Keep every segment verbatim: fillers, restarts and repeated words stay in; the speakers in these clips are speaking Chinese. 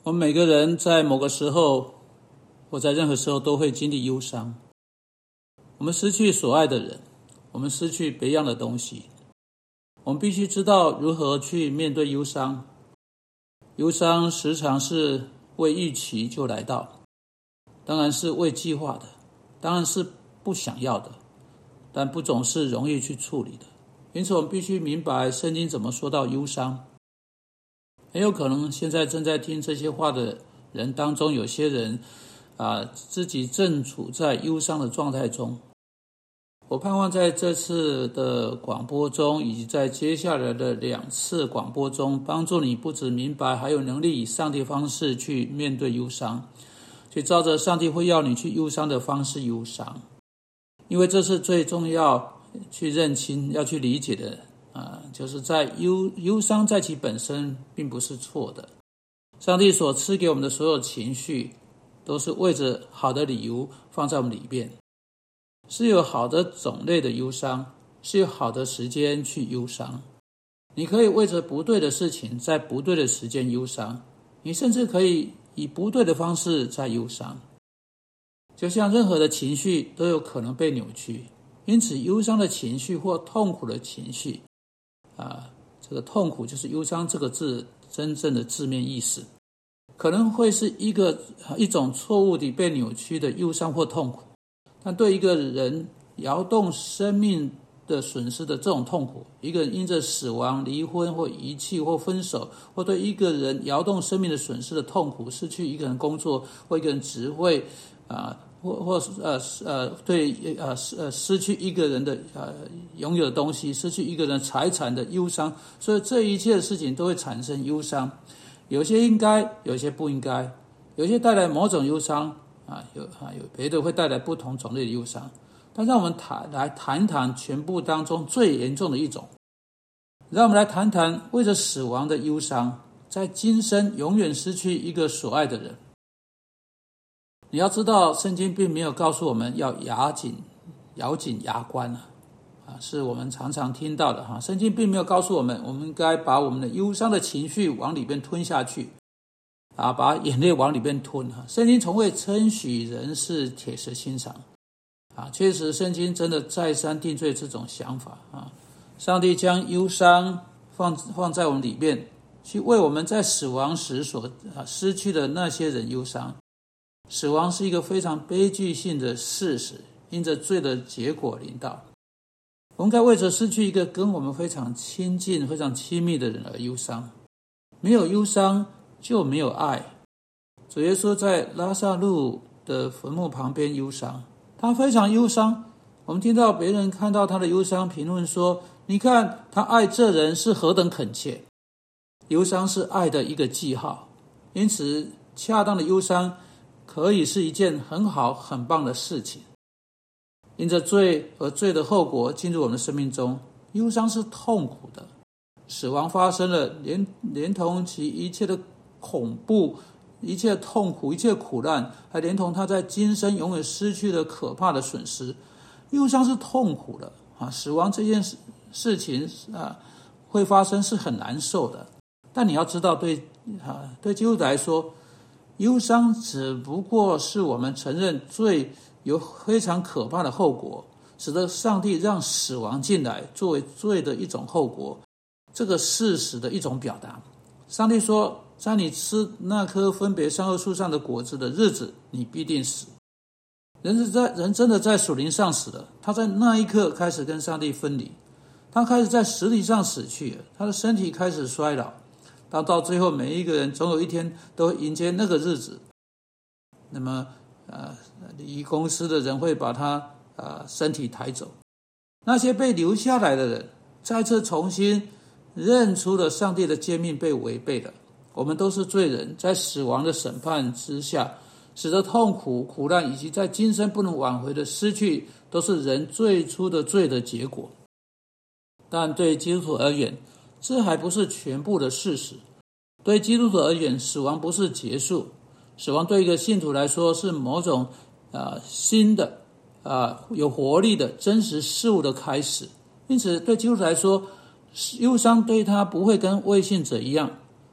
我们每个人在某个时候或在任何时候都会经历忧伤。我们失去所爱的人，我们失去别样的东西，我们必须知道如何去面对忧伤。忧伤时常是未预期就来到，当然是未计划的，当然是不想要的，但不总是容易去处理的。因此我们必须明白圣经怎么说到忧伤。很有可能现在正在听这些话的人当中，有些人啊，自己正处在忧伤的状态中。我盼望在这次的广播中，以及在接下来的两次广播中，帮助你不只明白，还有能力以上帝的方式去面对忧伤，去照着上帝会要你去忧伤的方式忧伤。因为这是最重要去认清、要去理解的啊，就是在忧忧伤在其本身并不是错的。上帝所赐给我们的所有情绪，都是为着好的理由放在我们里面。是有好的种类的忧伤，是有好的时间去忧伤。你可以为着不对的事情在不对的时间忧伤，你甚至可以以不对的方式在忧伤。就像任何的情绪都有可能被扭曲，因此忧伤的情绪或痛苦的情绪啊，这个痛苦就是忧伤这个字真正的字面意思，可能会是一个一种错误地被扭曲的忧伤或痛苦。但对一个人摇动生命的损失的这种痛苦，一个人因着死亡、离婚或遗弃或分手，或对一个人摇动生命的损失的痛苦，失去一个人工作或一个人职位啊、呃，或或呃呃对呃呃失去一个人的呃拥有的东西，失去一个人财产的忧伤，所以这一切的事情都会产生忧伤。有些应该，有些不应该，有些带来某种忧伤。啊，有啊，有别的会带来不同种类的忧伤，但让我们谈来谈谈全部当中最严重的一种。让我们来谈谈为着死亡的忧伤，在今生永远失去一个所爱的人。你要知道，圣经并没有告诉我们要牙紧咬紧牙关啊，啊，是我们常常听到的哈。圣经并没有告诉我们，我们该把我们的忧伤的情绪往里边吞下去。啊，把眼泪往里面吞哈。圣经从未称许人是铁石心肠啊，确实圣经真的再三定罪这种想法啊。上帝将忧伤放放在我们里面，去为我们在死亡时所啊失去的那些人忧伤。死亡是一个非常悲剧性的事实，因着罪的结果临到。我们该为着失去一个跟我们非常亲近、非常亲密的人而忧伤。没有忧伤就没有爱。主耶稣在拉撒路的坟墓旁边忧伤，他非常忧伤。我们听到别人看到他的忧伤，评论说：“你看他爱这人是何等恳切。”忧伤是爱的一个记号，因此恰当的忧伤可以是一件很好很棒的事情。因着罪和罪的后果进入我们的生命中，忧伤是痛苦的。死亡发生了，连连同其一切的恐怖、一切痛苦、一切苦难，还连同他在今生永远失去的可怕的损失。忧伤是痛苦的啊，死亡这件事事情啊会发生是很难受的。但你要知道，对啊对基督徒来说，忧伤只不过是我们承认罪有非常可怕的后果，使得上帝让死亡进来，作为罪的一种后果。这个事实的一种表达。上帝说，在你吃那棵分别善恶树上的果子的日子，你必定死。人是在人真的在属灵上死了，他在那一刻开始跟上帝分离，他开始在实体上死去了，他的身体开始衰老，到到最后每一个人总有一天都会迎接那个日子。那么呃，礼仪公司的人会把他呃身体抬走，那些被留下来的人再次重新认出了上帝的诫命被违背了。我们都是罪人，在死亡的审判之下，使得痛苦、苦难以及在今生不能挽回的失去，都是人最初的罪的结果。但对基督徒而言，这还不是全部的事实。对基督徒而言，死亡不是结束，死亡对一个信徒来说是某种、呃、新的、呃、有活力的真实事物的开始。因此对基督徒来说，忧伤对他不会跟未信者一样，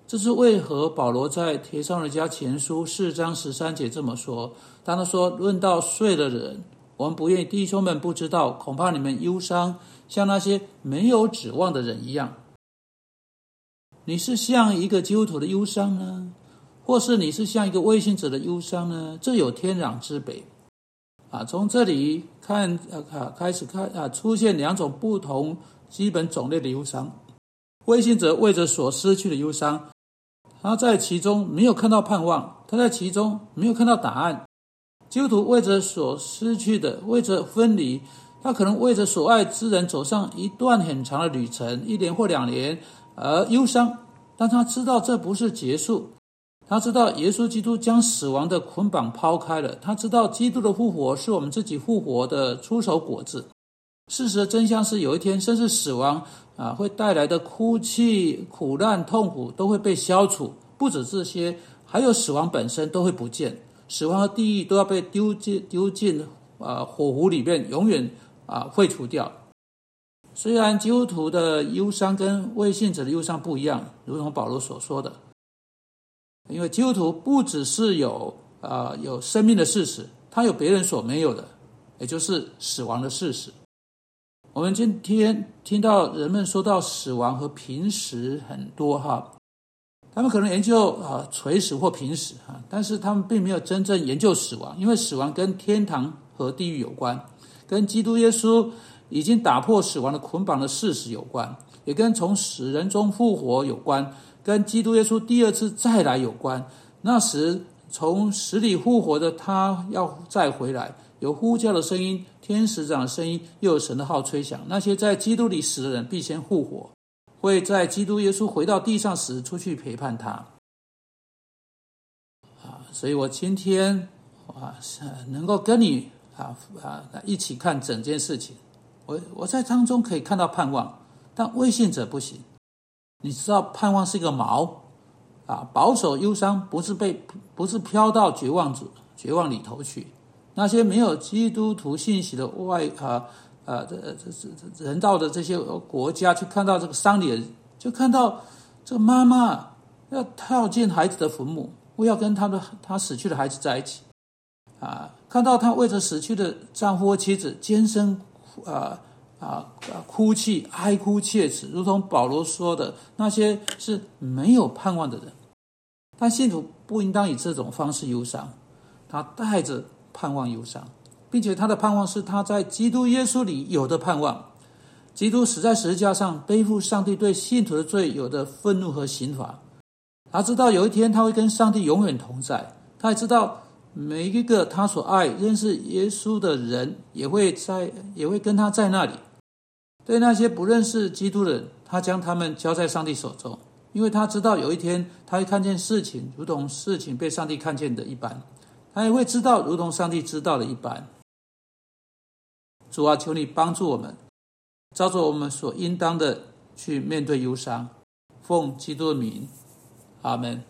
这是为何保罗在帖撒罗尼迦前书四章十三节这么说，当他说，论到睡的人，我们不愿意弟兄们不知道，恐怕你们忧伤，像那些没有指望的人一样。你是像一个基督徒的忧伤呢，或是你是像一个未信者的忧伤呢？这有天壤之别啊！从这里看啊，开始看啊，出现两种不同基本种类的忧伤。未信者为着所失去的忧伤，他在其中没有看到盼望，他在其中没有看到答案。基督徒为着所失去的，为着分离，他可能为着所爱之人走上一段很长的旅程，一年或两年而忧伤，但他知道这不是结束。他知道耶稣基督将死亡的捆绑抛开了，他知道基督的复活是我们自己复活的出手果子。事实的真相是，有一天甚至死亡啊会带来的哭泣、苦难、痛苦都会被消除。不止这些，还有死亡本身都会不见，死亡和地狱都要被丢进丢进啊火湖里面，永远啊废除掉。虽然基督徒的忧伤跟未信者的忧伤不一样，如同保罗所说的，因为基督徒不只是有啊、呃、有生命的事实，他有别人所没有的，也就是死亡的事实。我们今天听到人们说到死亡和平时很多哈，他们可能研究啊垂死或平死哈，但是他们并没有真正研究死亡，因为死亡跟天堂和地狱有关，跟基督耶稣已经打破死亡的捆绑的事实有关，也跟从死人中复活有关，跟基督耶稣第二次再来有关。那时从死里复活的他要再回来，有呼叫的声音，天使长的声音，又有神的号吹响。那些在基督里死的人必先复活，会在基督耶稣回到地上时出去陪伴他。啊，所以我今天啊能够跟你啊啊一起看整件事情，我我在当中可以看到盼望，但未信者不行。你知道盼望是一个锚啊，保守忧伤不是被不是飘到绝望绝望里头去。那些没有基督徒信息的外啊啊这这这人道的这些国家，去看到这个丧礼，就看到这个妈妈要跳进孩子的坟墓，我要跟他的他死去的孩子在一起啊，看到他为着死去的丈夫或妻子尖声啊啊哭泣哀哭切齿，如同保罗说的，那些是没有盼望的人。但信徒不应当以这种方式忧伤，他带着盼望忧伤，并且他的盼望是他在基督耶稣里有的盼望。基督死在十字架上，背负上帝对信徒的罪有的愤怒和刑罚。他知道有一天他会跟上帝永远同在，他也知道每一个他所爱认识耶稣的人也会在也会跟他在那里。对那些不认识基督的人，他将他们交在上帝手中，因为他知道有一天他会看见事情如同事情被上帝看见的一般，他也会知道如同上帝知道的一般。主啊，求你帮助我们，照着我们所应当的去面对忧伤，奉基督的名，阿们。